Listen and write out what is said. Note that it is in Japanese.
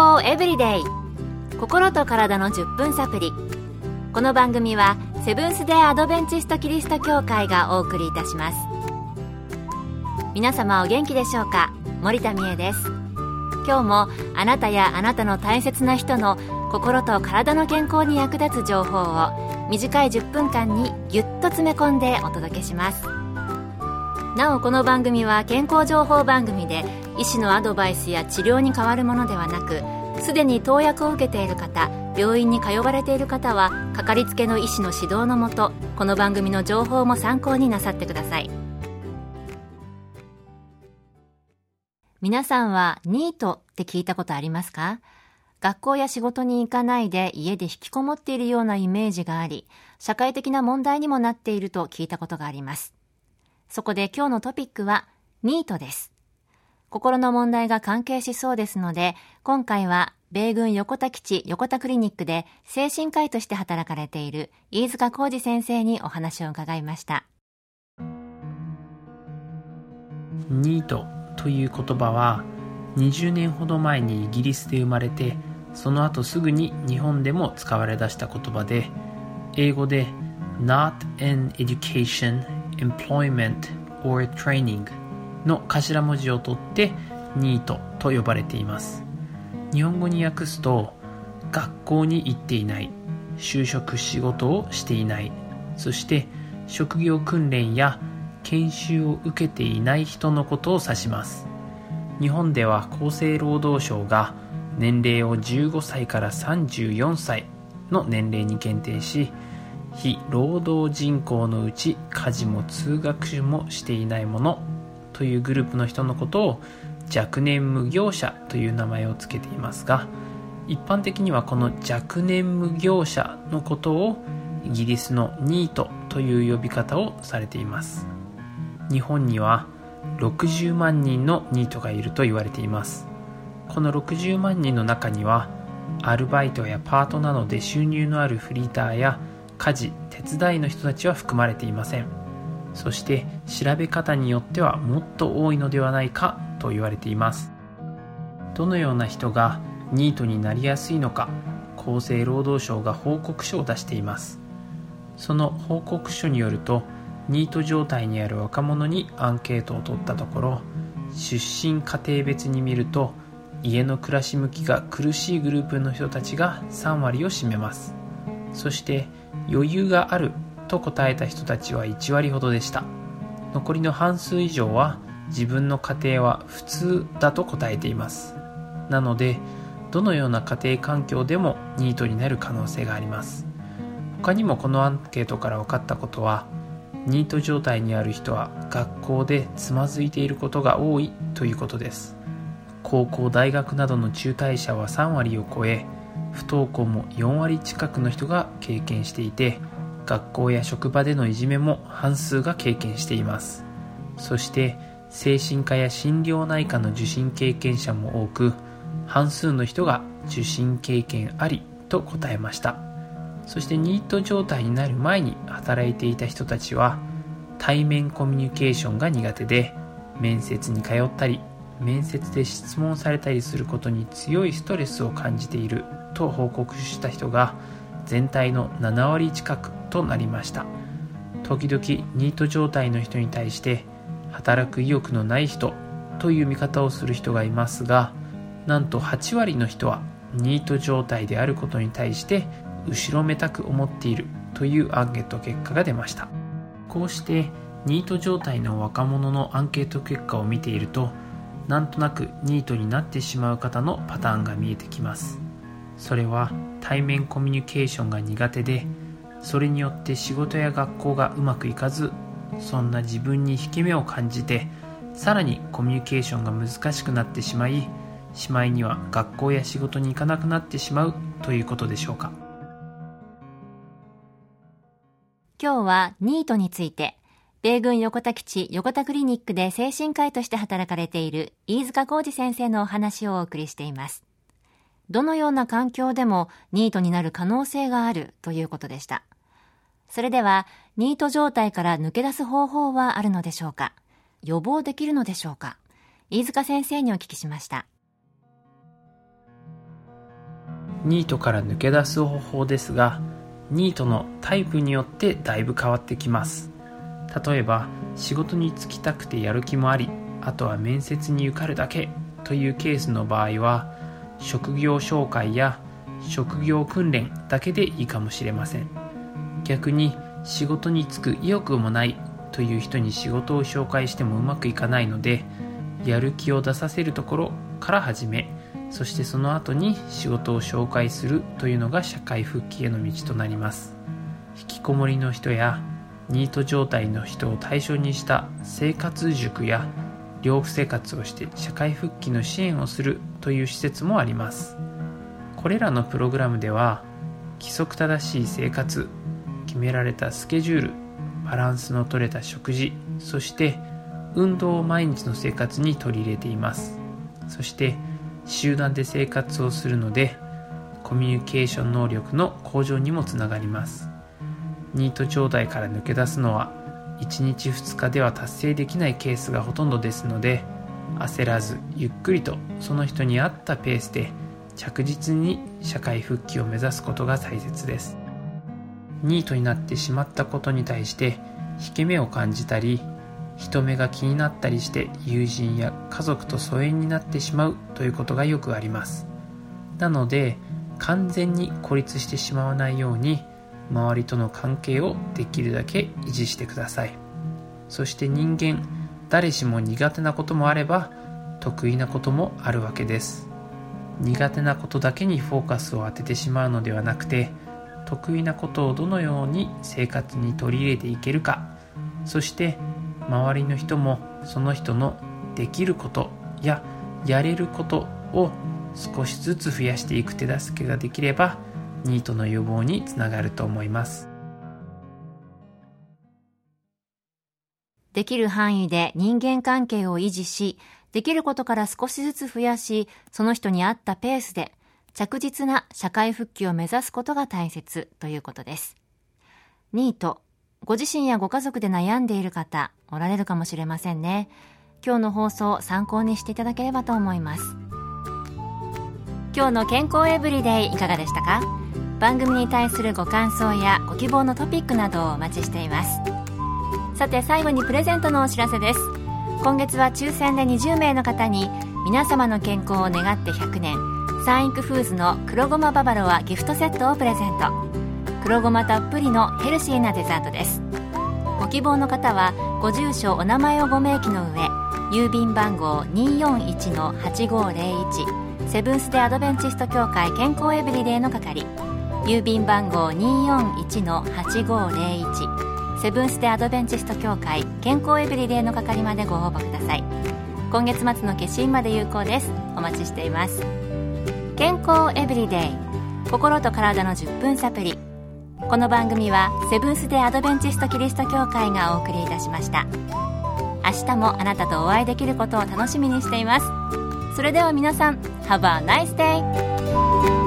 康エブリデイ、心と体の10分サプリ。この番組はセブンス・デー・アドベンチスト・キリスト教会がお送りいたします。皆様お元気でしょうか。森田美恵です。今日もあなたやあなたの大切な人の心と体の健康に役立つ情報を短い10分間にぎゅっと詰め込んでお届けします。なおこの番組は健康情報番組で、医師のアドバイスや治療に代わるものではなく、すでに投薬を受けている方、病院に通われている方はかかりつけの医師の指導のもと、この番組の情報も参考になさってください。皆さんはニートって聞いたことありますか？学校や仕事に行かないで家で引きこもっているようなイメージがあり、社会的な問題にもなっていると聞いたことがあります。そこで今日のトピックはニートです。心の問題が関係しそうですので、今回は米軍横田基地横田クリニックで精神科医として働かれている飯塚浩二先生にお話を伺いました。 ニートという言葉は20年ほど前にイギリスで生まれて、その後すぐに日本でも使われ出した言葉で、英語で Not an Education, Employment or Training の頭文字を取ってニートと呼ばれています。日本語に訳すと、学校に行っていない、就職仕事をしていない、そして職業訓練や研修を受けていない人のことを指します。日本では厚生労働省が年齢を15歳から34歳の年齢に限定し、非労働人口のうち家事も通学もしていない者というグループの人のことを若年無業者という名前をつけていますが、一般的にはこの若年無業者のことをイギリスのニートという呼び方をされています。日本には60万人のニートがいると言われています。この60万人の中には、アルバイトやパートなどで収入のあるフリーターや家事・手伝いの人たちは含まれていません。そして調べ方によってはもっと多いのではないかと言われています。どのような人がニートになりやすいのか、厚生労働省が報告書を出しています。その報告書によると、ニート状態にある若者にアンケートを取ったところ、出身家庭別に見ると、家の暮らし向きが苦しいグループの人たちが3割を占めます。そして余裕があると答えた人たちは1割ほどでした。残りの半数以上は自分の家庭は普通だと答えています。なので、どのような家庭環境でもニートになる可能性があります。他にもこのアンケートから分かったことは、ニート状態にある人は学校でつまずいていることが多いということです。高校、大学などの中退者は3割を超え、不登校も4割近くの人が経験していて、学校や職場でのいじめも半数が経験しています。そして精神科や心療内科の受診経験者も多く、半数の人が受診経験ありと答えました。そしてニート状態になる前に働いていた人たちは、対面コミュニケーションが苦手で、面接に通ったり面接で質問されたりすることに強いストレスを感じていると報告した人が全体の7割近くとなりました。時々ニート状態の人に対して働く意欲のない人という見方をする人がいますが、なんと8割の人はニート状態であることに対して後ろめたく思っているというアンケート結果が出ました。こうしてニート状態の若者のアンケート結果を見ていると、なんとなくニートになってしまう方のパターンが見えてきます。それは対面コミュニケーションが苦手で、それによって仕事や学校がうまくいかず、そんな自分に引け目を感じて、さらにコミュニケーションが難しくなってしまい、しまいには学校や仕事に行かなくなってしまうということでしょうか。 今日はニートについて、米軍横田基地横田クリニックで精神科医として働かれている飯塚浩二先生のお話をお送りしています。どのような環境でもニートになる可能性があるということでした。それでは、ニート状態から抜け出す方法はあるのでしょうか？予防できるのでしょうか？飯塚先生にお聞きしました。 ニートから抜け出す方法ですが、ニートのタイプによってだいぶ変わってきます。例えば仕事に就きたくてやる気もあり、あとは面接に受かるだけというケースの場合は、職業紹介や職業訓練だけでいいかもしれません。逆に仕事に就く意欲もないという人に仕事を紹介してもうまくいかないので、やる気を出させるところから始め、そしてその後に仕事を紹介するというのが社会復帰への道となります。引きこもりの人やニート状態の人を対象にした生活塾や寮生活をして社会復帰の支援をするという施設もあります。これらのプログラムでは、規則正しい生活、決められたスケジュール、バランスの取れた食事、そして運動を毎日の生活に取り入れています。そして集団で生活をするので、コミュニケーション能力の向上にもつながります。ニート状態から抜け出すのは1日2日では達成できないケースがほとんどですので、焦らずゆっくりとその人に合ったペースで着実に社会復帰を目指すことが大切です。ニートになってしまったことに対して引け目を感じたり、人目が気になったりして友人や家族と疎遠になってしまうということがよくあります。なので完全に孤立してしまわないように、周りとの関係をできるだけ維持してください。そして人間誰しも苦手なこともあれば得意なこともあるわけです。苦手なことだけにフォーカスを当ててしまうのではなくて、得意なことをどのように生活に取り入れていけるか、そして周りの人もその人のできることややれることを少しずつ増やしていく手助けができれば、ニートの予防につながると思います。 できる範囲で人間関係を維持し、できることから少しずつ増やし、その人に合ったペースで着実な社会復帰を目指すことが大切ということです。ニート、ご自身やご家族で悩んでいる方おられるかもしれませんね。今日の放送を参考にしていただければと思います。今日の健康エブリデイいかがでしたか？番組に対するご感想やご希望のトピックなどをお待ちしています。さて最後にプレゼントのお知らせです。今月は抽選で20名の方に、皆様の健康を願って100年サンイクフーズの黒ごまババロアギフトセットをプレゼント。黒ごまたっぷりのヘルシーなデザートです。ご希望の方はご住所お名前をご明記の上、郵便番号 241-8501 セブンス・デ・アドベンチスト協会健康エブリデイの係、郵便番号 241-8501 セブンス・デ・アドベンチスト協会健康エブリデイの係までご応募ください。今月末の消印まで有効です。お待ちしています。健康エブリデイ、心と体の10分サプリ。この番組はセブンス・デ・アドベンチストキリスト教会がお送りいたしました。明日もあなたとお会いできることを楽しみにしています。それでは皆さん、Have a nice day!